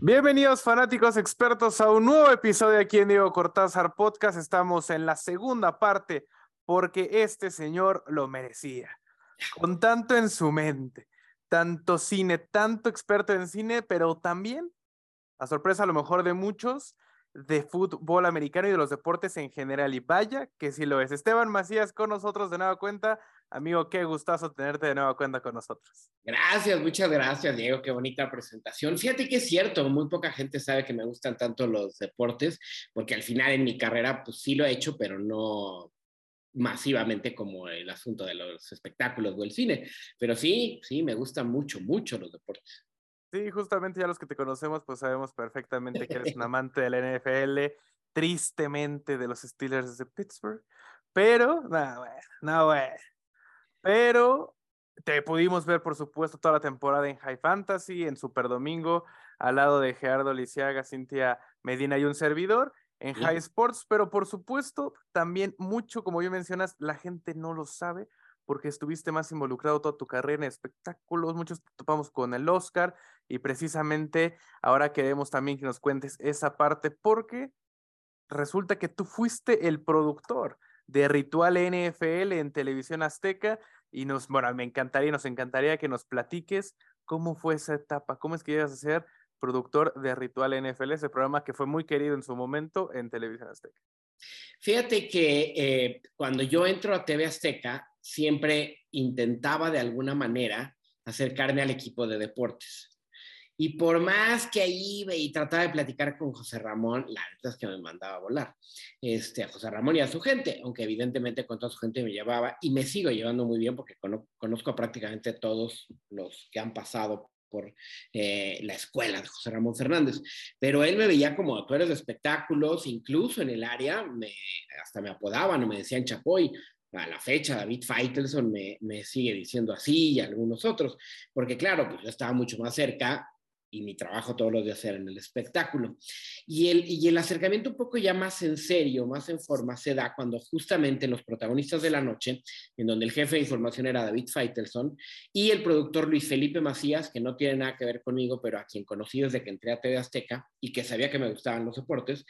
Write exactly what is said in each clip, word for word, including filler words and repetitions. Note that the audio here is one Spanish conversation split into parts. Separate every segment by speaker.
Speaker 1: Bienvenidos fanáticos expertos a un nuevo episodio aquí en Diego Cortázar Podcast. Estamos en la segunda parte porque este señor lo merecía. Con tanto en su mente, tanto cine, tanto experto en cine, pero también, a sorpresa a lo mejor de muchos, de fútbol americano y de los deportes en general. Y vaya que sí lo es. Esteban Macías con nosotros de nueva cuenta. Amigo, qué gustazo tenerte de nueva cuenta con nosotros.
Speaker 2: Gracias, muchas gracias, Diego. Qué bonita presentación. Fíjate que es cierto, muy poca gente sabe que me gustan tanto los deportes, porque al final en mi carrera, pues sí lo he hecho, pero no masivamente como el asunto de los espectáculos o el cine. Pero sí, sí, me gustan mucho, mucho los deportes.
Speaker 1: Sí, justamente ya los que te conocemos, pues sabemos perfectamente que eres un amante de la N F L, tristemente de los Steelers de Pittsburgh, pero, no, bueno, no, bueno, pero te pudimos ver, por supuesto, toda la temporada en High Fantasy, en Super Domingo, al lado de Gerardo Lisiaga, Cintia Medina y un servidor, en High
Speaker 2: ¿Sí?
Speaker 1: Sports, pero por supuesto, también mucho, como bien mencionas, la gente no lo sabe porque estuviste más involucrado toda tu carrera en espectáculos, muchos te topamos con el Oscar y precisamente ahora queremos también que nos cuentes esa parte porque resulta que tú fuiste el productor de Ritual N F L en Televisión Azteca y nos, bueno, me encantaría, nos encantaría que nos platiques cómo fue esa etapa, cómo es que llegas a ser productor de Ritual N F L, ese programa que fue muy querido en su momento en Televisión Azteca.
Speaker 2: Fíjate que eh, cuando yo entro a T V Azteca, siempre intentaba de alguna manera acercarme al equipo de deportes. Y por más que ahí iba y trataba de platicar con José Ramón, la verdad es que me mandaba a volar. Este, a José Ramón y a su gente, aunque evidentemente con toda su gente me llevaba y me sigo llevando muy bien porque conozco a prácticamente todos los que han pasado por eh, la escuela de José Ramón Fernández. Pero él me veía como tú eres de espectáculos, incluso en el área, me, hasta me apodaban o me decían Chapoy. A la fecha, David Faitelson me, me sigue diciendo así y algunos otros, porque claro, pues yo estaba mucho más cerca y mi trabajo todos los días era en el espectáculo. Y el, y el acercamiento un poco ya más en serio, más en forma, se da cuando justamente los protagonistas de la noche, en donde el jefe de información era David Faitelson, y el productor Luis Felipe Macías, que no tiene nada que ver conmigo, pero a quien conocí desde que entré a T V Azteca y que sabía que me gustaban los deportes,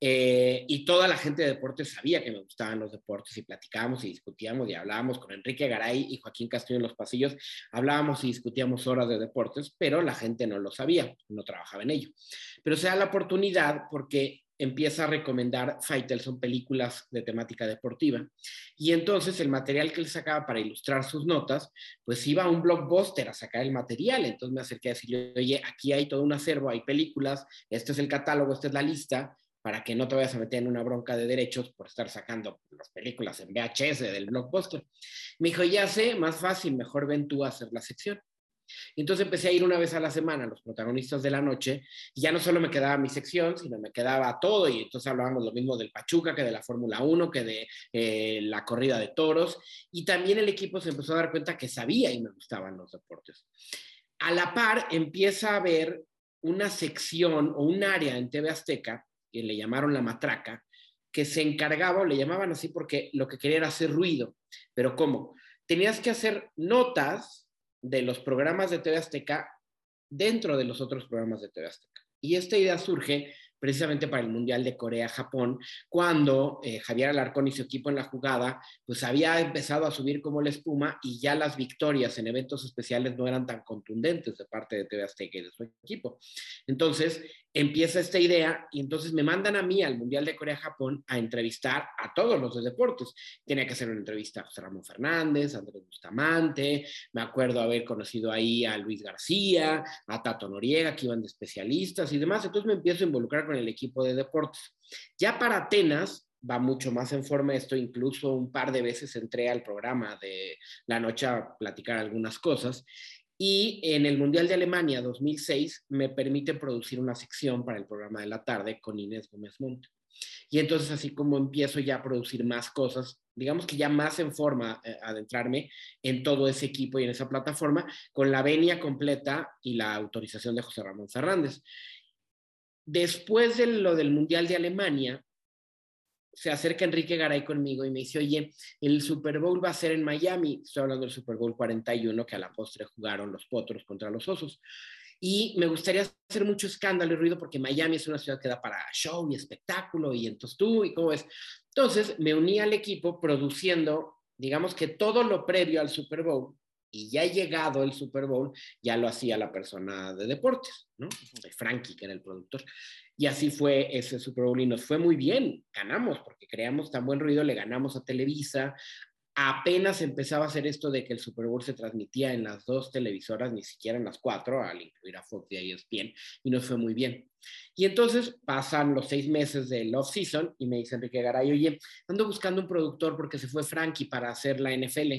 Speaker 2: eh, y toda la gente de deportes sabía que me gustaban los deportes, y platicábamos y discutíamos y hablábamos con Enrique Garay y Joaquín Castillo en los pasillos, hablábamos y discutíamos horas de deportes, pero la gente no lo sabía, no trabajaba en ello. Pero se da la oportunidad porque empieza a recomendar Faitelson películas de temática deportiva. Y entonces el material que él sacaba para ilustrar sus notas, pues iba a un blockbuster a sacar el material. Entonces me acerqué a decirle, oye, aquí hay todo un acervo, hay películas, este es el catálogo, esta es la lista, para que no te vayas a meter en una bronca de derechos por estar sacando las películas en V H S del blockbuster. Me dijo, ya sé, más fácil, mejor ven tú a hacer la sección. Y entonces empecé a ir una vez a la semana a los protagonistas de la noche y ya no solo me quedaba mi sección, sino me quedaba todo y entonces hablábamos lo mismo del Pachuca, que de la Fórmula uno, que de eh, la corrida de toros y también el equipo se empezó a dar cuenta que sabía y me gustaban los deportes. A la par empieza a haber una sección o un área en T V Azteca, que le llamaron La Matraca, que se encargaba, o le llamaban así porque lo que quería era hacer ruido. Pero ¿cómo? Tenías que hacer notas de los programas de T V Azteca dentro de los otros programas de T V Azteca. Y esta idea surge precisamente para el Mundial de Corea-Japón, cuando eh, Javier Alarcón y su equipo en la jugada, pues había empezado a subir como la espuma y ya las victorias en eventos especiales no eran tan contundentes de parte de T V Azteca y de su equipo. Entonces empieza esta idea y entonces me mandan a mí al Mundial de Corea-Japón a entrevistar a todos los de deportes. Tenía que hacer una entrevista a José Ramón Fernández, a Andrés Bustamante, me acuerdo haber conocido ahí a Luis García, a Tato Noriega, que iban de especialistas y demás. Entonces me empiezo a involucrar con el equipo de deportes. Ya para Atenas va mucho más en forma esto, incluso un par de veces entré al programa de la noche a platicar algunas cosas. Y en el Mundial de Alemania dos mil seis me permite producir una sección para el programa de la tarde con Inés Gómez Montt. Y entonces así como empiezo ya a producir más cosas, digamos que ya más en forma eh, adentrarme en todo ese equipo y en esa plataforma, con la venia completa y la autorización de José Ramón Fernández. Después de lo del Mundial de Alemania, se acerca Enrique Garay conmigo y me dice, oye, el Super Bowl va a ser en Miami. Estoy hablando del Super Bowl cuarenta y uno, que a la postre jugaron los Potros contra los Osos. y me gustaría hacer mucho escándalo y ruido porque Miami es una ciudad que da para show y espectáculo y entonces tú y cómo es. Entonces me uní al equipo produciendo, digamos que todo lo previo al Super Bowl, y ya llegado el Super Bowl, ya lo hacía la persona de deportes, ¿no? Frankie, que era el productor. Y así fue ese Super Bowl y nos fue muy bien, ganamos porque creamos tan buen ruido, le ganamos a Televisa. Apenas empezaba a hacer esto de que el Super Bowl se transmitía en las dos televisoras, ni siquiera en las cuatro, al incluir a Fox y a E S P N, y nos fue muy bien. Y entonces pasan los seis meses del off-season y me dice Enrique Garay, oye, ando buscando un productor porque se fue Frankie para hacer la N F L.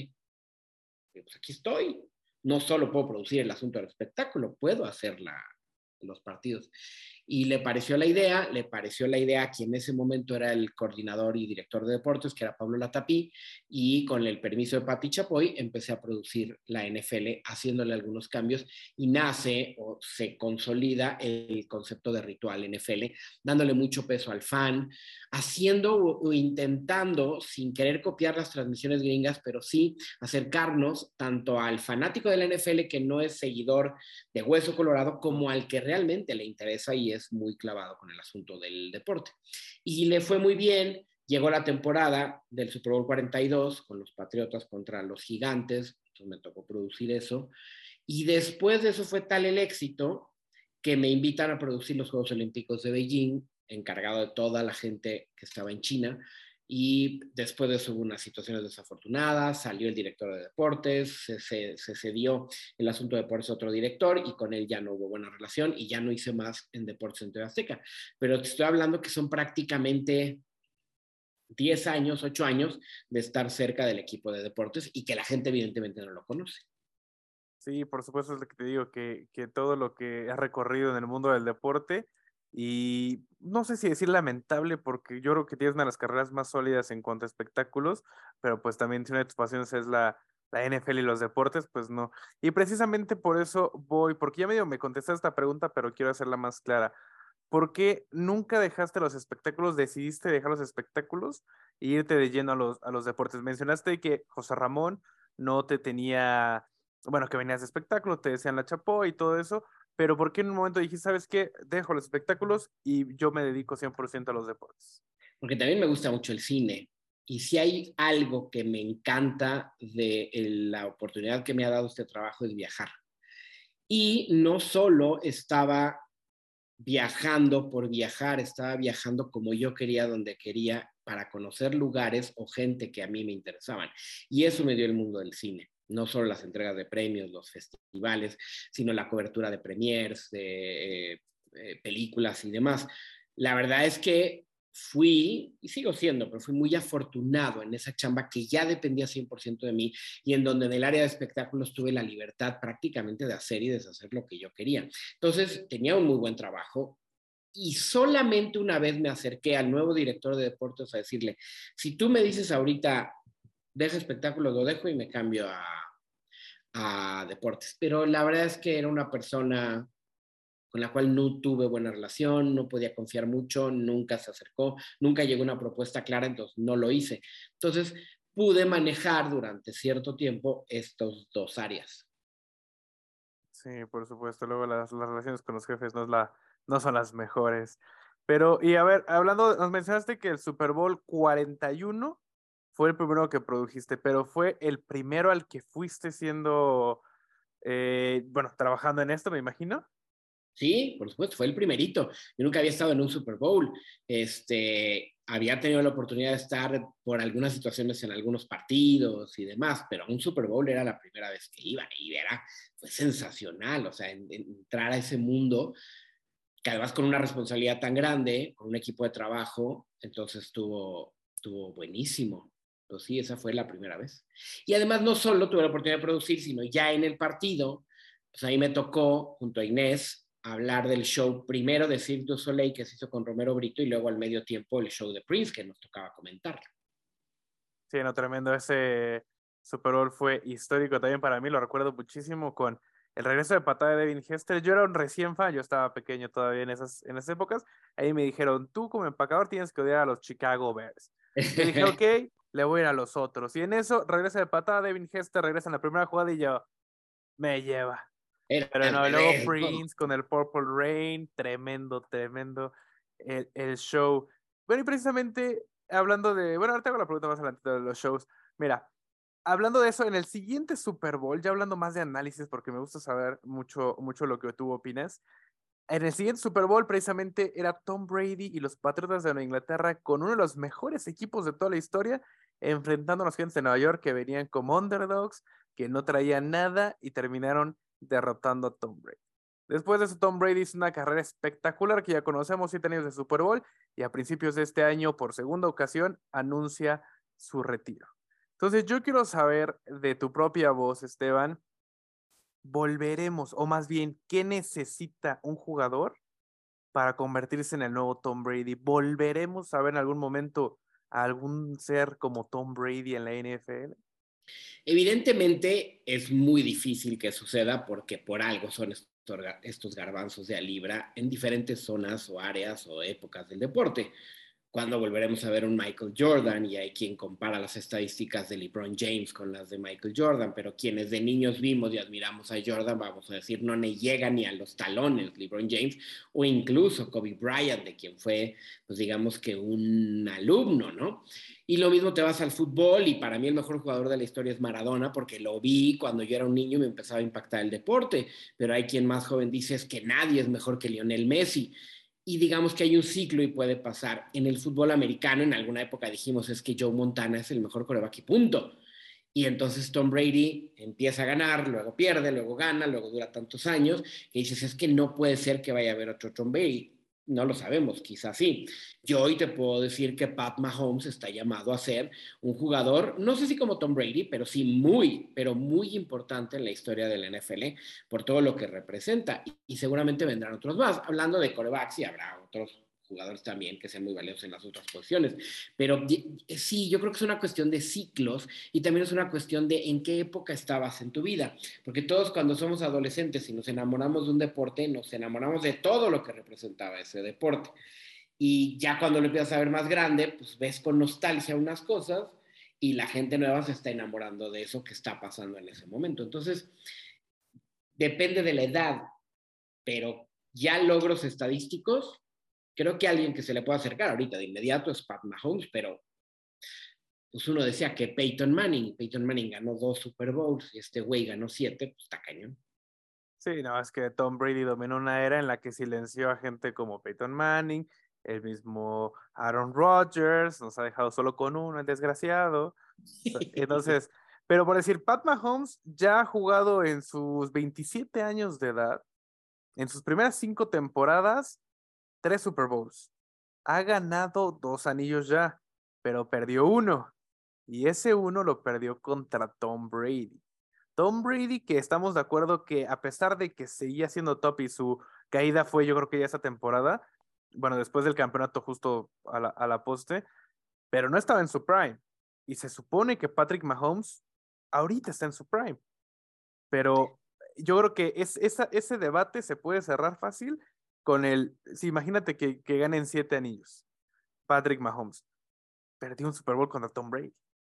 Speaker 2: Y pues aquí estoy. No solo puedo producir el asunto del espectáculo, puedo hacer la, los partidos. Y le pareció la idea, le pareció la idea a quien en ese momento era el coordinador y director de deportes, que era Pablo Latapí, y con el permiso de Pati Chapoy empecé a producir la N F L haciéndole algunos cambios y nace o se consolida el concepto de ritual N F L, dándole mucho peso al fan, haciendo o intentando, sin querer copiar las transmisiones gringas, pero sí acercarnos tanto al fanático de la N F L que no es seguidor de Hueso Colorado como al que realmente le interesa y es muy clavado con el asunto del deporte. Y le fue muy bien, llegó la temporada del Super Bowl cuarenta y dos con los Patriotas contra los Gigantes, entonces me tocó producir eso, y después de eso fue tal el éxito que me invitan a producir los Juegos Olímpicos de Beijing, encargado de toda la gente que estaba en China, y después de eso hubo unas situaciones desafortunadas, salió el director de deportes, se, se, se cedió el asunto de deportes a otro director y con él ya no hubo buena relación y ya no hice más en deportes en T V Azteca. Pero te estoy hablando que son prácticamente diez años, ocho años de estar cerca del equipo de deportes y que la gente evidentemente no lo conoce.
Speaker 1: Sí, por supuesto es lo que te digo, que, que todo lo que has recorrido en el mundo del deporte y no sé si decir lamentable porque yo creo que tienes una de las carreras más sólidas en cuanto a espectáculos, pero pues también si una de tus pasiones es la, la N F L y los deportes, pues no. Y precisamente por eso voy, porque ya medio me contestaste esta pregunta, pero quiero hacerla más clara. ¿Por qué nunca dejaste los espectáculos, decidiste dejar los espectáculos e irte de lleno a los, a los deportes? Mencionaste que José Ramón no te tenía, bueno, que venías de espectáculo, te decían la chapó y todo eso, pero ¿por qué en un momento dijiste, sabes qué, dejo los espectáculos y yo me dedico cien por ciento a los deportes?
Speaker 2: Porque también me gusta mucho el cine. Y si hay algo que me encanta de la oportunidad que me ha dado este trabajo es viajar. Y no solo estaba viajando por viajar, estaba viajando como yo quería, donde quería, para conocer lugares o gente que a mí me interesaban. Y eso me dio el mundo del cine. No solo las entregas de premios, los festivales, sino la cobertura de premiers, de eh, eh, películas y demás. La verdad es que fui, y sigo siendo, pero fui muy afortunado en esa chamba que ya dependía cien por ciento de mí y en donde en el área de espectáculos tuve la libertad prácticamente de hacer y deshacer lo que yo quería. Entonces tenía un muy buen trabajo y solamente una vez me acerqué al nuevo director de deportes a decirle, si tú me dices ahorita, deja espectáculos, lo dejo y me cambio a, a deportes. Pero la verdad es que era una persona con la cual no tuve buena relación, no podía confiar mucho, nunca se acercó, nunca llegó una propuesta clara, entonces no lo hice. Entonces pude manejar durante cierto tiempo estos dos áreas.
Speaker 1: Sí, por supuesto. Luego las, las relaciones con los jefes no, es la, no son las mejores. Pero, y a ver, hablando, nos mencionaste que el Super Bowl cuarenta y uno fue el primero que produjiste, pero fue el primero al que fuiste siendo, eh, bueno, trabajando en esto, me imagino.
Speaker 2: Sí, por supuesto, fue el primerito. Yo nunca había estado en un Super Bowl. Este, había tenido la oportunidad de estar por algunas situaciones en algunos partidos y demás, pero un Super Bowl era la primera vez que iba y era, fue sensacional. O sea, en, en entrar a ese mundo, que además con una responsabilidad tan grande, con un equipo de trabajo, entonces estuvo, estuvo buenísimo. Pues sí, esa fue la primera vez. Y además no solo tuve la oportunidad de producir, sino ya en el partido, pues ahí me tocó, junto a Inés, hablar del show primero de Cirque du Soleil que se hizo con Romero Brito y luego al medio tiempo el show de Prince que nos tocaba comentar.
Speaker 1: Sí, no, tremendo. Ese Super Bowl fue histórico también para mí, lo recuerdo muchísimo con el regreso de patada de Devin Hester. Yo era un recién fan, yo estaba pequeño todavía en esas, en esas épocas. Ahí me dijeron, tú como empacador tienes que odiar a los Chicago Bears. Yo dije, ok, le voy a ir a los otros. Y en eso regresa de patada Devin Hester, regresa en la primera jugada y yo, me lleva. Pero
Speaker 2: Eran
Speaker 1: no, luego
Speaker 2: bebés, ¿no?
Speaker 1: Prince con el Purple Rain, tremendo, tremendo el, el show. Bueno, y precisamente hablando de, bueno, ahora tengo la pregunta más adelante de los shows. Mira, hablando de eso, en el siguiente Super Bowl, ya hablando más de análisis, porque me gusta saber mucho, mucho lo que tú opinas. En el siguiente Super Bowl, precisamente, era Tom Brady y los Patriotas de Nueva Inglaterra con uno de los mejores equipos de toda la historia, enfrentando a los Giants de Nueva York que venían como underdogs, que no traían nada y terminaron derrotando a Tom Brady. Después de eso, Tom Brady hizo una carrera espectacular que ya conocemos, siete años de Super Bowl, y a principios de este año, por segunda ocasión, anuncia su retiro. Entonces, yo quiero saber de tu propia voz, Esteban, volveremos, o más bien, ¿qué necesita un jugador para convertirse en el nuevo Tom Brady? ¿Volveremos a ver en algún momento a algún ser como Tom Brady en la N F L?
Speaker 2: Evidentemente es muy difícil que suceda porque por algo son estos, estos garbanzos de a libra en diferentes zonas o áreas o épocas del deporte. Cuando volveremos a ver un Michael Jordan, y hay quien compara las estadísticas de LeBron James con las de Michael Jordan, pero quienes de niños vimos y admiramos a Jordan, vamos a decir, no le llega ni a los talones LeBron James, o incluso Kobe Bryant, de quien fue, pues digamos que un alumno, ¿no? Y lo mismo te vas al fútbol, y para mí el mejor jugador de la historia es Maradona, porque lo vi cuando yo era un niño y me empezaba a impactar el deporte, pero hay quien más joven dice es que nadie es mejor que Lionel Messi, y digamos que hay un ciclo y puede pasar. En el fútbol americano, en alguna época dijimos es que Joe Montana es el mejor coreback y punto. Y entonces Tom Brady empieza a ganar, luego pierde, luego gana, luego dura tantos años, que dices, es que no puede ser que vaya a haber otro Tom Brady. No lo sabemos, quizás sí. Yo hoy te puedo decir que Pat Mahomes está llamado a ser un jugador, no sé si como Tom Brady, pero sí muy, pero muy importante en la historia de la N F L por todo lo que representa. Y, y seguramente vendrán otros más. Hablando de corebacks, y habrá otros jugadores también que sean muy valiosos en las otras posiciones. Pero sí, yo creo que es una cuestión de ciclos y también es una cuestión de en qué época estabas en tu vida. Porque todos cuando somos adolescentes y nos enamoramos de un deporte, nos enamoramos de todo lo que representaba ese deporte. Y ya cuando lo empiezas a ver más grande, pues ves con nostalgia unas cosas y la gente nueva se está enamorando de eso que está pasando en ese momento. Entonces, depende de la edad, pero ya logros estadísticos, creo que alguien que se le puede acercar ahorita de inmediato es Pat Mahomes, pero pues uno decía que Peyton Manning, Peyton Manning ganó dos Super Bowls y este güey ganó siete, pues está cañón.
Speaker 1: Sí, no, es que Tom Brady dominó una era en la que silenció a gente como Peyton Manning, el mismo Aaron Rodgers, nos ha dejado solo con uno, el desgraciado. Entonces, pero por decir, Pat Mahomes ya ha jugado en sus veintisiete años de edad, en sus primeras cinco temporadas, tres Super Bowls. Ha ganado dos anillos ya, pero perdió uno. Y ese uno lo perdió contra Tom Brady. Tom Brady, que estamos de acuerdo que a pesar de que seguía siendo top y su caída fue yo creo que ya esa temporada, bueno, después del campeonato justo a la, a la poste, pero no estaba en su prime. Y se supone que Patrick Mahomes ahorita está en su prime. Pero yo creo que es, esa, ese debate se puede cerrar fácil con el, si imagínate que, que ganen siete anillos, Patrick Mahomes perdió un Super Bowl contra Tom Brady.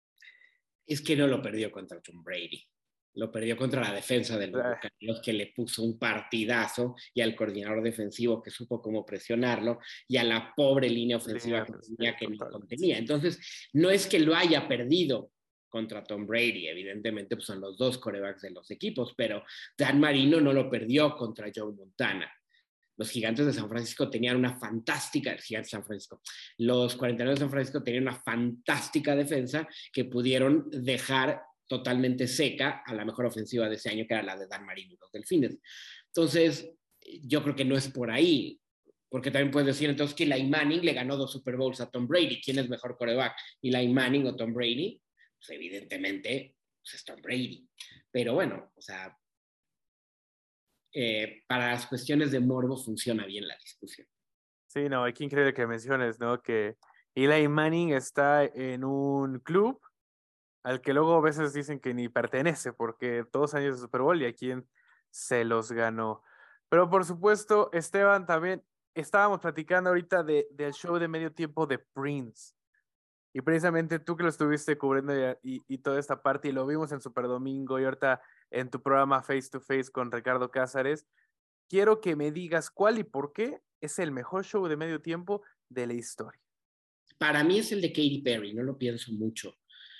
Speaker 2: Es que no lo perdió contra Tom Brady. Lo perdió contra la defensa de los
Speaker 1: Ah,
Speaker 2: Buccaneers, que le puso un partidazo, y al coordinador defensivo que supo cómo presionarlo, y a la pobre línea ofensiva
Speaker 1: línea
Speaker 2: que
Speaker 1: ofensiva,
Speaker 2: tenía que ni
Speaker 1: totalmente.
Speaker 2: contenía. Entonces, no es que lo haya perdido contra Tom Brady, evidentemente pues son los dos corebacks de los equipos, pero Dan Marino no lo perdió contra Joe Montana. Los Gigantes de San Francisco tenían una fantástica, Gigantes de San Francisco, los cuarenta y nueve de San Francisco tenían una fantástica defensa que pudieron dejar totalmente seca a la mejor ofensiva de ese año, que era la de Dan Marino y los Delfines. Entonces, yo creo que no es por ahí, porque también puedes decir entonces que Eli Manning le ganó dos Super Bowls a Tom Brady. ¿Quién es mejor coreback? ¿Eli Manning o Tom Brady? Pues evidentemente pues es Tom Brady. Pero bueno, o sea, eh, para las cuestiones de morbo funciona bien la discusión.
Speaker 1: Sí, no, qué increíble que menciones, ¿no? Que Eli Manning está en un club al que luego a veces dicen que ni pertenece, porque todos años de Super Bowl y a quién se los ganó. Pero por supuesto, Esteban, también estábamos platicando ahorita de, del show de medio tiempo de Prince. Y precisamente tú que lo estuviste cubriendo y, y, y toda esta parte, y lo vimos en Super Domingo y ahorita en tu programa Face to Face con Ricardo Cázares, quiero que me digas cuál y por qué es el mejor show de medio tiempo de la historia.
Speaker 2: Para mí es el de Katy Perry, no lo pienso mucho.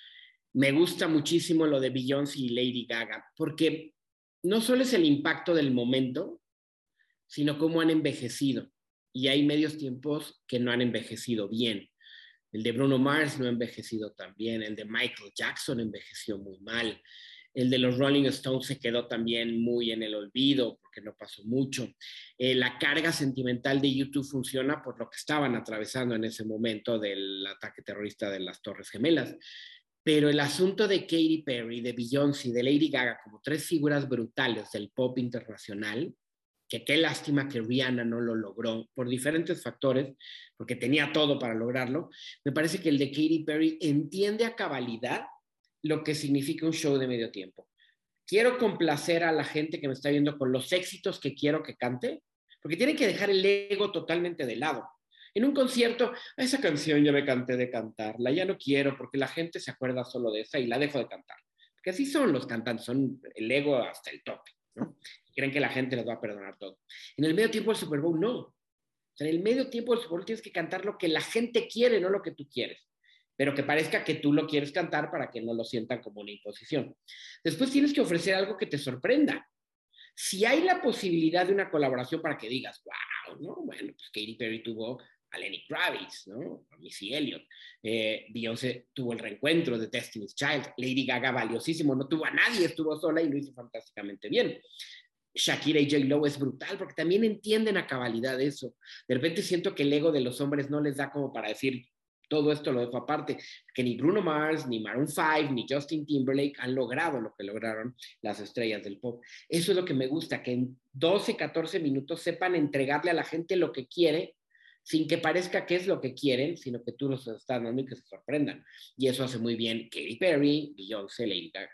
Speaker 2: Me gusta muchísimo lo de Beyoncé y Lady Gaga, porque no solo es el impacto del momento, sino cómo han envejecido. Y hay medios tiempos que no han envejecido bien. El de Bruno Mars no ha envejecido tan bien, el de Michael Jackson envejeció muy mal, el de los Rolling Stones se quedó también muy en el olvido porque no pasó mucho. Eh, la carga sentimental de YouTube funciona por lo que estaban atravesando en ese momento del ataque terrorista de las Torres Gemelas. Pero el asunto de Katy Perry, de Beyoncé y de Lady Gaga como tres figuras brutales del pop internacional, que qué lástima que Rihanna no lo logró por diferentes factores, porque tenía todo para lograrlo, me parece que el de Katy Perry entiende a cabalidad lo que significa un show de medio tiempo. Quiero complacer a la gente que me está viendo con los éxitos que quiero que cante, porque tienen que dejar el ego totalmente de lado. En un concierto, esa canción ya me canté de cantarla, ya no quiero porque la gente se acuerda solo de esa y la dejo de cantar. Porque así son los cantantes, son el ego hasta el tope, ¿no? Creen que la gente les va a perdonar todo. En el medio tiempo del Super Bowl, no. O sea, en el medio tiempo del Super Bowl tienes que cantar lo que la gente quiere, no lo que tú quieres. Pero que parezca que tú lo quieres cantar para que no lo sientan como una imposición. Después tienes que ofrecer algo que te sorprenda. Si hay la posibilidad de una colaboración para que digas, wow, ¿no? Bueno, pues Katy Perry tuvo a Lenny Kravitz, ¿no? A Missy Elliott. Eh, Beyoncé tuvo el reencuentro de Destiny's Child. Lady Gaga, valiosísimo, no tuvo a nadie, estuvo sola y lo hizo fantásticamente bien. Shakira y J-Lo es brutal porque también entienden a cabalidad eso. De repente siento que el ego de los hombres no les da como para decir todo esto lo dejo aparte, que ni Bruno Mars, ni Maroon cinco, ni Justin Timberlake han logrado lo que lograron las estrellas del pop. Eso es lo que me gusta, que en doce, catorce minutos sepan entregarle a la gente lo que quiere sin que parezca que es lo que quieren, sino que tú los estás dando y que se sorprendan. Y eso hace muy bien Katy Perry, Beyoncé, Lady Gaga.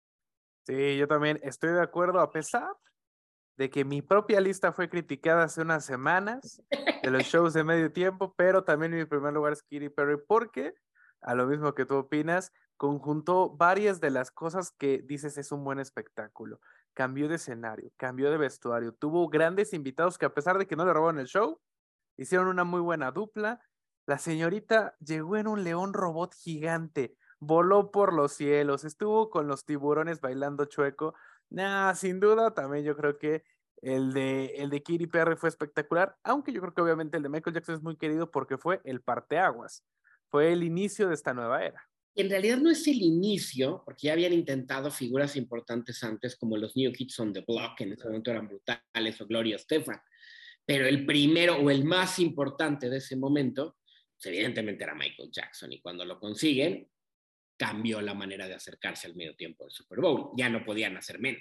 Speaker 1: Sí, yo también estoy de acuerdo, a pesar de que mi propia lista fue criticada hace unas semanas de los shows de medio tiempo, pero también en mi primer lugar es Katy Perry porque, a lo mismo que tú opinas, conjuntó varias de las cosas que dices es un buen espectáculo. Cambió de escenario, cambió de vestuario, tuvo grandes invitados que a pesar de que no le robaron el show, hicieron una muy buena dupla. La señorita llegó en un león robot gigante, voló por los cielos, estuvo con los tiburones bailando chueco. Nah, sin duda, también yo creo que el de, el de Katy Perry fue espectacular, aunque yo creo que obviamente el de Michael Jackson es muy querido porque fue el parteaguas, fue el inicio de esta nueva era.
Speaker 2: En realidad no es el inicio, porque ya habían intentado figuras importantes antes, como los New Kids on the Block, que en ese momento eran brutales, o Gloria Estefan. Pero el primero o el más importante de ese momento, pues evidentemente era Michael Jackson. Y cuando lo consiguen, cambió la manera de acercarse al medio tiempo del Super Bowl. Ya no podían hacer menos.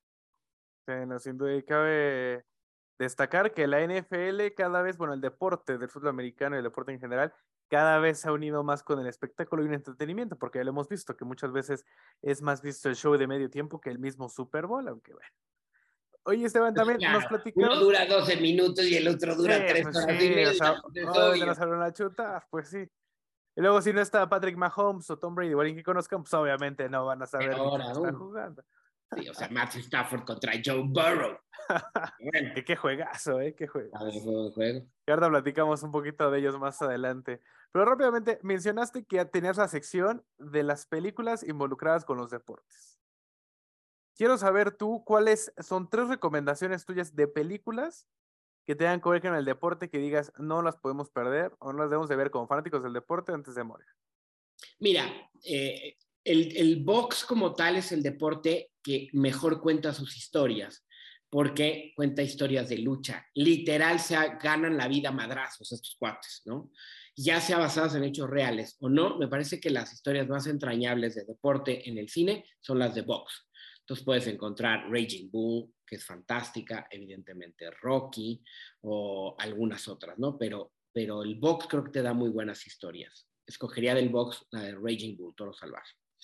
Speaker 1: Bueno, sin duda, y cabe destacar que la N F L cada vez, bueno, el deporte del fútbol americano y el deporte en general, cada vez se ha unido más con el espectáculo y el entretenimiento, porque ya lo hemos visto que muchas veces es más visto el show de medio tiempo que el mismo Super Bowl, aunque bueno. Oye, Esteban,
Speaker 2: Pues
Speaker 1: también nos
Speaker 2: claro, uno
Speaker 1: platicabas.
Speaker 2: dura doce minutos y el otro
Speaker 1: Sí,
Speaker 2: dura tres
Speaker 1: pues
Speaker 2: horas y
Speaker 1: sí, o
Speaker 2: media.
Speaker 1: sea,
Speaker 2: Pues es
Speaker 1: oh, se
Speaker 2: obvio.
Speaker 1: nos salió una chuta, pues sí. Y luego, si no está Patrick Mahomes o Tom Brady o alguien que conozcan, pues obviamente no van a saber ni
Speaker 2: Peor
Speaker 1: quién está
Speaker 2: aún.
Speaker 1: jugando.
Speaker 2: Sí, o sea, Matthew Stafford contra Joe Burrow. Bueno,
Speaker 1: que qué juegazo, ¿eh? Qué
Speaker 2: a ver,
Speaker 1: juegazo.
Speaker 2: juego, juego.
Speaker 1: Y ahora platicamos un poquito de ellos más adelante. Pero rápidamente, mencionaste que tenías la sección de las películas involucradas con los deportes. Quiero saber tú cuáles son tres recomendaciones tuyas de películas que tengan que ver con el deporte que digas no las podemos perder o no las debemos de ver como fanáticos del deporte antes de morir.
Speaker 2: Mira, eh, el, el box como tal es el deporte que mejor cuenta sus historias, porque cuenta historias de lucha. Literal, se ganan la vida a madrazos estos cuates, ¿no? Ya sea basadas en hechos reales o no, me parece que las historias más entrañables de deporte en el cine son las de box. Entonces puedes encontrar Raging Bull, que es fantástica, evidentemente Rocky o algunas otras, ¿no? Pero, pero el box creo que te da muy buenas historias. Escogería del box la de Raging Bull, Toro Salvaje.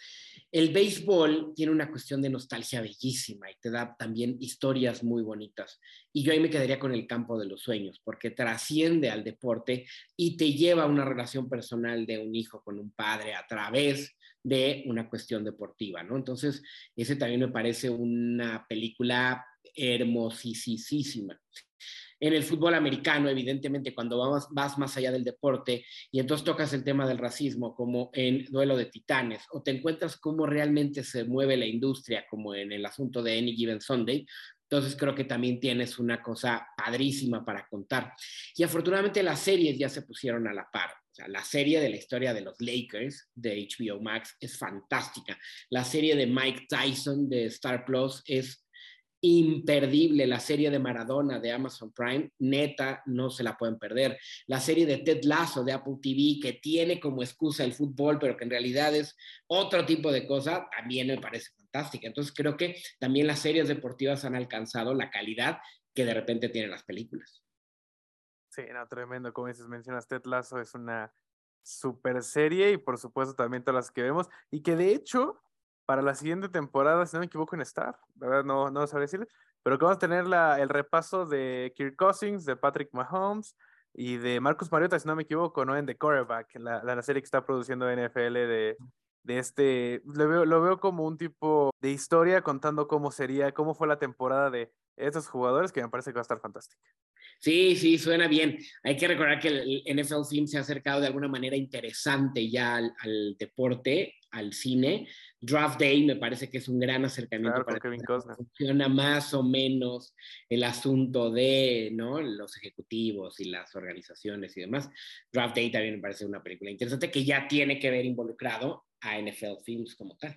Speaker 2: El béisbol tiene una cuestión de nostalgia bellísima y te da también historias muy bonitas. Y yo ahí me quedaría con el campo de los sueños, porque trasciende al deporte y te lleva a una relación personal de un hijo con un padre a través de una cuestión deportiva, ¿no? Entonces, ese también me parece una película hermosísima. En el fútbol americano, evidentemente, cuando vas, vas más allá del deporte y entonces tocas el tema del racismo, como en Duelo de Titanes, o te encuentras cómo realmente se mueve la industria, como en el asunto de Any Given Sunday, entonces creo que también tienes una cosa padrísima para contar. Y afortunadamente las series ya se pusieron a la par. O sea, la serie de la historia de los Lakers de H B O Max es fantástica. La serie de Mike Tyson de Star Plus es imperdible. La serie de Maradona de Amazon Prime, neta, no se la pueden perder. La serie de Ted Lasso de Apple T V, que tiene como excusa el fútbol, pero que en realidad es otro tipo de cosa, también me parece fantástica. Entonces creo que también las series deportivas han alcanzado la calidad que de repente tienen las películas.
Speaker 1: Sí, no, tremendo. Como dices, mencionas Ted Lasso, es una super serie y por supuesto también todas las que vemos. Y que de hecho, para la siguiente temporada, si no me equivoco, en Star, ¿verdad? No, no sabré decirle, pero que vamos a tener la, el repaso de Kirk Cousins, de Patrick Mahomes y de Marcus Mariota, si no me equivoco, ¿no? En The Quarterback, la, la, la serie que está produciendo N F L de, de este. Lo veo, lo veo como un tipo de historia contando cómo sería, cómo fue la temporada de estos jugadores, que me parece que va a estar fantástica.
Speaker 2: Sí, sí, suena bien. Hay que recordar que el N F L Film se ha acercado de alguna manera interesante ya al, al deporte, al cine. Draft Day me parece que es un gran acercamiento
Speaker 1: Claro,
Speaker 2: para
Speaker 1: con Kevin
Speaker 2: entender cómo
Speaker 1: Costner.
Speaker 2: funciona más o menos el asunto de, ¿no?, los ejecutivos y las organizaciones y demás. Draft Day también me parece una película interesante que ya tiene que ver involucrado a N F L Films como tal.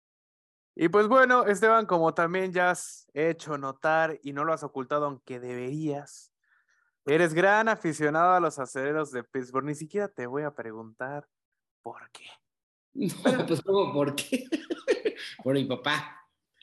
Speaker 1: Y pues bueno, Esteban, como también ya has hecho notar y no lo has ocultado, aunque deberías, eres gran aficionado a los acereros de Pittsburgh. Ni siquiera te voy a preguntar por qué.
Speaker 2: No,
Speaker 1: Pero
Speaker 2: pues ¿cómo? ¿Por qué? Por mi papá.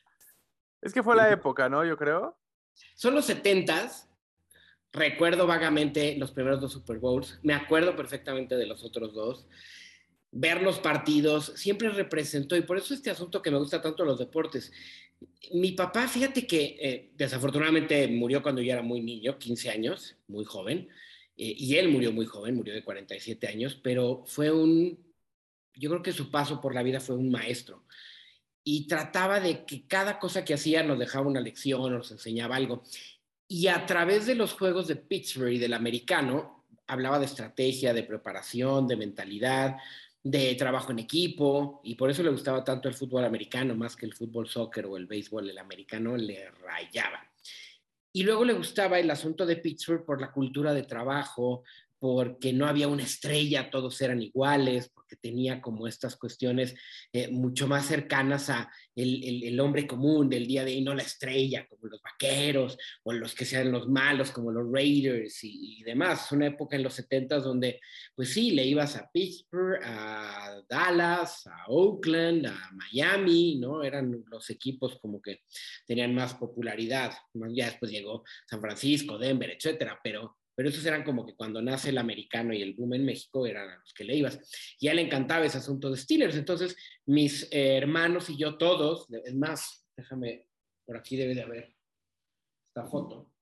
Speaker 1: es que fue la época, ¿no? Yo creo.
Speaker 2: Son los setentas. Recuerdo vagamente los primeros dos Super Bowls, me acuerdo perfectamente de los otros dos. Ver los partidos siempre representó, y por eso este asunto que me gusta tanto los deportes. Mi papá, fíjate que eh, desafortunadamente murió cuando yo era muy niño, quince años, muy joven, eh, y él murió muy joven, murió de cuarenta y siete años, pero fue un, yo creo que su paso por la vida fue un maestro y trataba de que cada cosa que hacía nos dejaba una lección, nos enseñaba algo. Y a través de los juegos de Pittsburgh y del americano, hablaba de estrategia, de preparación, de mentalidad, de trabajo en equipo, y por eso le gustaba tanto el fútbol americano, más que el fútbol soccer o el béisbol. El americano le rayaba. Y luego le gustaba el asunto de Pittsburgh por la cultura de trabajo, porque no había una estrella, todos eran iguales, porque tenía como estas cuestiones eh, mucho más cercanas a el, el, el, hombre común del día de hoy, no la estrella, como los vaqueros, o los que sean los malos, como los Raiders y, y demás. Es una época en los setentas donde, pues sí, le ibas a Pittsburgh, a Dallas, a Oakland, a Miami, ¿no? Eran los equipos como que tenían más popularidad. Ya después llegó San Francisco, Denver, etcétera, pero pero esos eran como que cuando nace el americano y el boom en México eran a los que le ibas. Y a él le encantaba ese asunto de Steelers. Entonces, mis eh, hermanos y yo todos, es más, déjame, por aquí debe de haber esta foto,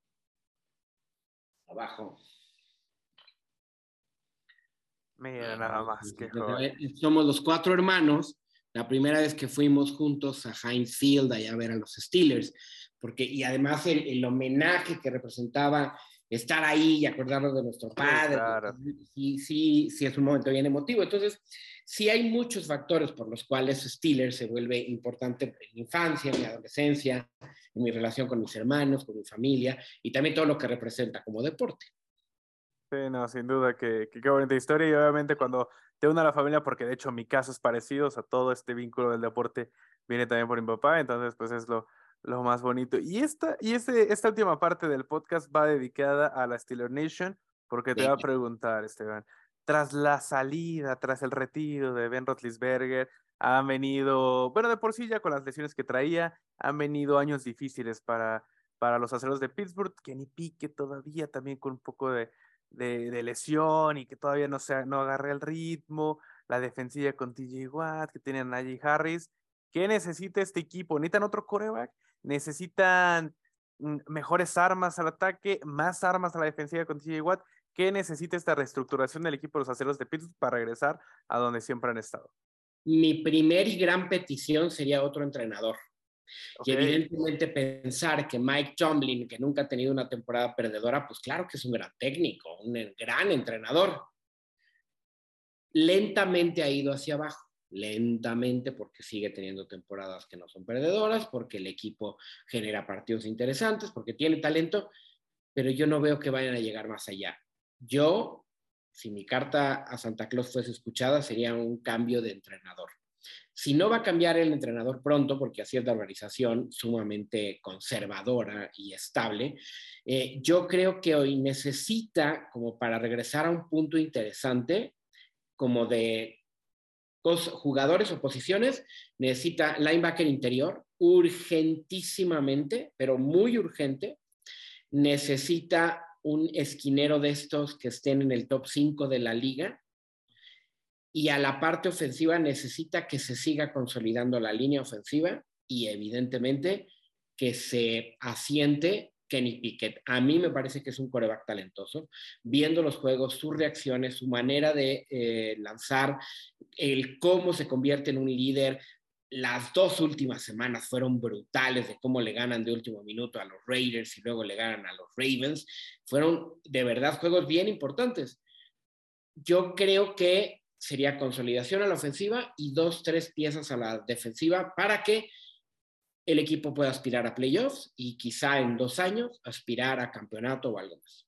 Speaker 2: abajo.
Speaker 1: Mira, nada más, qué joya.
Speaker 2: Somos los cuatro hermanos. La primera vez que fuimos juntos a Heinz Field, allá a ver a los Steelers, porque, y además el, el homenaje que representaba estar ahí y acordarnos de nuestro padre,
Speaker 1: Sí, claro.
Speaker 2: sí, sí, sí es un momento bien emotivo. Entonces, sí hay muchos factores por los cuales Steelers se vuelve importante en mi infancia, en mi adolescencia, en mi relación con mis hermanos, con mi familia, y también todo lo que representa como deporte.
Speaker 1: Sí, no, sin duda que, que qué bonita historia y obviamente cuando te une a la familia, porque de hecho mi caso es parecido, o sea, todo este vínculo del deporte viene también por mi papá, entonces pues es lo, lo más bonito. Y esta, y este, esta última parte del podcast va dedicada a la Steeler Nation, porque te va a
Speaker 2: Venga.
Speaker 1: preguntar, Esteban, tras la salida, tras el retiro de Ben Roethlisberger, han venido, bueno, de por sí ya con las lesiones que traía, han venido años difíciles para, para los aceros de Pittsburgh, Kenny Pickett todavía también con un poco de de, de lesión y que todavía no, se, no agarre el ritmo, la defensiva con T J Watt, que tienen a Najee Harris, ¿Qué necesita este equipo? ¿Necesitan otro quarterback? ¿Necesitan mm, mejores armas al ataque? ¿Más armas a la defensiva con T J Watt? ¿Qué necesita esta reestructuración del equipo de los Acereros de Pittsburgh para regresar a donde siempre han estado?
Speaker 2: Mi primer y gran petición sería otro entrenador. Y
Speaker 1: Ok.
Speaker 2: evidentemente pensar que Mike Tomlin, que nunca ha tenido una temporada perdedora, pues claro que es un gran técnico, un gran entrenador. Lentamente ha ido hacia abajo, lentamente porque sigue teniendo temporadas que no son perdedoras, porque el equipo genera partidos interesantes, porque tiene talento, pero yo no veo que vayan a llegar más allá. Yo, si mi carta a Santa Claus fuese escuchada, sería un cambio de entrenador. Si no va a cambiar el entrenador pronto, porque así es la organización sumamente conservadora y estable, eh, yo creo que hoy necesita, como para regresar a un punto interesante, como de jugadores o posiciones, necesita linebacker interior urgentísimamente, pero muy urgente. Necesita un esquinero de estos que estén en el top cinco de la liga. Y a la parte ofensiva necesita que se siga consolidando la línea ofensiva y evidentemente que se asiente Kenny Pickett. A mí me parece que es un quarterback talentoso, viendo los juegos, sus reacciones, su manera de eh, lanzar, el cómo se convierte en un líder. Las dos últimas semanas fueron brutales de cómo le ganan de último minuto a los Raiders y luego le ganan a los Ravens. Fueron de verdad juegos bien importantes. Yo creo que sería consolidación a la ofensiva y dos, tres piezas a la defensiva para que el equipo pueda aspirar a playoffs y quizá en dos años aspirar a campeonato o algo más.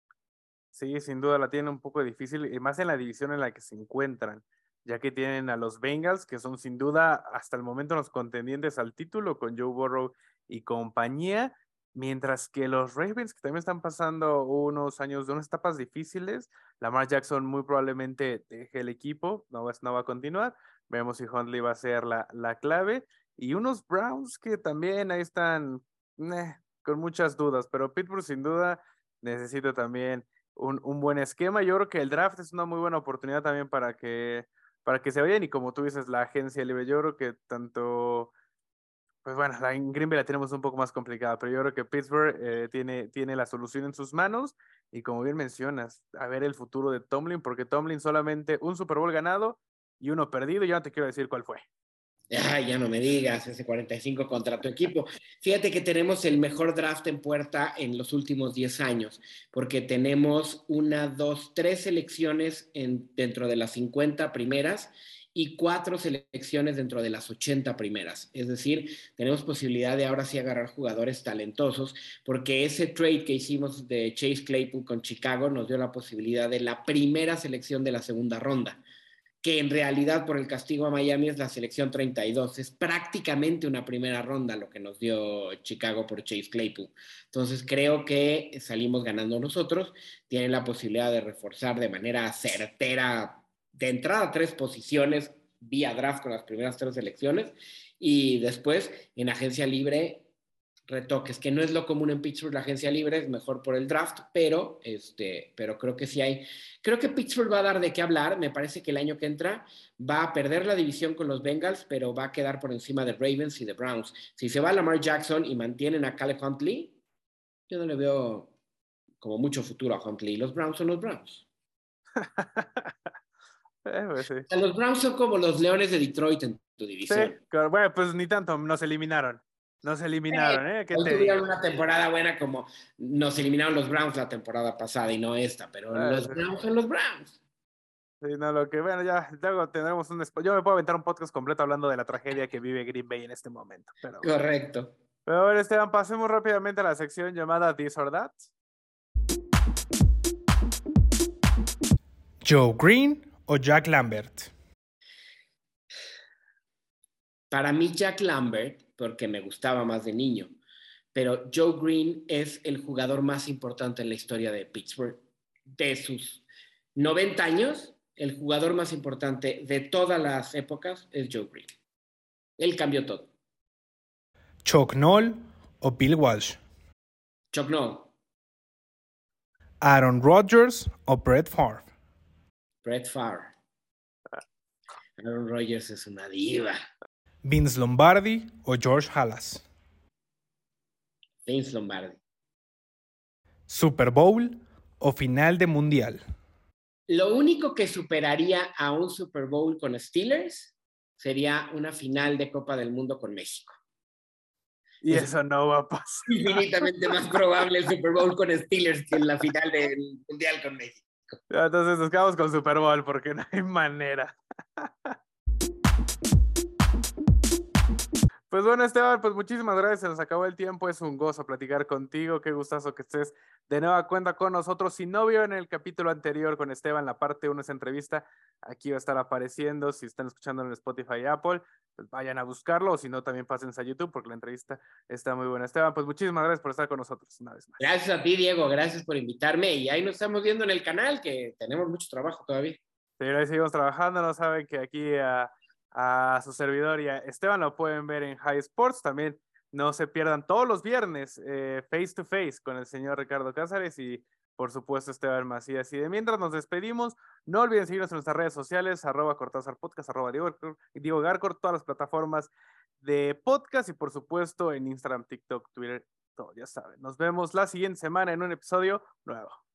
Speaker 1: Sí, sin duda la tienen un poco difícil, y más en la división en la que se encuentran, ya que tienen a los Bengals, que son sin duda hasta el momento los contendientes al título con Joe Burrow y compañía, mientras que los Ravens, que también están pasando unos años de unas etapas difíciles, Lamar Jackson muy probablemente deje el equipo, no va, no va a continuar, vemos si Huntley va a ser la, la clave, y unos Browns que también ahí están eh, con muchas dudas, pero Pittsburgh sin duda necesita también un, un buen esquema. Yo creo que el draft es una muy buena oportunidad también para que, para que se vayan y como tú dices, la agencia libre, yo creo que tanto, pues bueno, la, en Green Bay la tenemos un poco más complicada, pero yo creo que Pittsburgh eh, tiene, tiene la solución en sus manos y como bien mencionas, a ver el futuro de Tomlin, porque Tomlin solamente un Super Bowl ganado y uno perdido, ya no te quiero decir cuál fue.
Speaker 2: Ay, ya no me digas, ese cuarenta y cinco contra tu equipo. Fíjate que tenemos el mejor draft en puerta en los últimos diez años, porque tenemos una, dos, tres selecciones en, dentro de las cincuenta primeras y cuatro selecciones dentro de las ochenta primeras. Es decir, tenemos posibilidad de ahora sí agarrar jugadores talentosos, porque ese trade que hicimos de Chase Claypool con Chicago nos dio la posibilidad de la primera selección de la segunda ronda, que en realidad por el castigo a Miami es la selección treinta y dos. Es prácticamente una primera ronda lo que nos dio Chicago por Chase Claypool. Entonces creo que salimos ganando nosotros. Tienen la posibilidad de reforzar de manera certera de entrada tres posiciones vía draft con las primeras tres selecciones y después en agencia libre retoques, que no es lo común en Pittsburgh, la agencia libre es mejor por el draft, pero, este, pero creo que sí hay, creo que Pittsburgh va a dar de qué hablar. Me parece que el año que entra va a perder la división con los Bengals, pero va a quedar por encima de Ravens y de Browns. Si se va Lamar Jackson y mantienen a Caleb Huntley, yo no le veo como mucho futuro a Huntley. Los Browns son los Browns.
Speaker 1: eh, pues sí.
Speaker 2: O sea, los Browns son como los Leones de Detroit en tu
Speaker 1: Sí,
Speaker 2: división.
Speaker 1: claro, bueno, pues ni tanto, nos eliminaron. Nos eliminaron, ¿eh? ¿Qué
Speaker 2: Hoy
Speaker 1: te
Speaker 2: tuvieron
Speaker 1: digo?
Speaker 2: una temporada buena como nos eliminaron los Browns la temporada pasada y no esta, pero
Speaker 1: Eh,
Speaker 2: los
Speaker 1: sí.
Speaker 2: Browns son los Browns.
Speaker 1: Sí, no, lo que, bueno, ya luego tendremos un... Yo me puedo aventar un podcast completo hablando de la tragedia que vive Green Bay en este momento, pero bueno.
Speaker 2: Correcto.
Speaker 1: Pero a ver, Esteban, pasemos rápidamente a la sección llamada This or That.
Speaker 3: ¿Joe Green o Jack Lambert?
Speaker 2: Para mí Jack Lambert, porque me gustaba más de niño, pero Joe Green es el jugador más importante en la historia de Pittsburgh. De sus noventa años, el jugador más importante de todas las épocas es Joe Green. Él cambió todo.
Speaker 3: ¿Chuck Noll o Bill Walsh?
Speaker 2: Chuck Noll.
Speaker 3: ¿Aaron Rodgers o Brett Favre?
Speaker 2: Brett Favre. Aaron Rodgers es una diva.
Speaker 3: Vince Lombardi o George Halas.
Speaker 2: Vince Lombardi.
Speaker 3: Super Bowl o final de mundial.
Speaker 2: Lo único que superaría a un Super Bowl con Steelers sería una final de Copa del Mundo con México.
Speaker 1: Y
Speaker 2: es
Speaker 1: eso no va a pasar.
Speaker 2: Infinitamente más probable el Super Bowl con Steelers que la final del Mundial con México.
Speaker 1: Entonces nos quedamos con Super Bowl porque no hay manera. Pues bueno, Esteban, pues muchísimas gracias, se nos acabó el tiempo, es un gozo platicar contigo, qué gustazo que estés de nueva cuenta con nosotros. Si no vieron el capítulo anterior con Esteban, la parte uno, esa entrevista, aquí va a estar apareciendo, si están escuchando en Spotify y Apple, pues vayan a buscarlo, o si no, también pásense a YouTube, porque la entrevista está muy buena. Esteban, pues muchísimas gracias por estar con nosotros una vez más.
Speaker 2: Gracias a ti, Diego, gracias por invitarme, y ahí nos estamos viendo en el canal, que tenemos mucho trabajo todavía.
Speaker 1: Sí, ahí seguimos trabajando, no saben que aquí a... a su servidor y a Esteban lo pueden ver en High Sports. También no se pierdan todos los viernes eh, face to face con el señor Ricardo Cázares y por supuesto Esteban Macías. Y de mientras nos despedimos, no olviden seguirnos en nuestras redes sociales, arroba Cortázar Podcast, arroba Diego, Diego Garcor, todas las plataformas de podcast y por supuesto en Instagram, TikTok, Twitter, todo, ya saben. Nos vemos la siguiente semana en un episodio nuevo.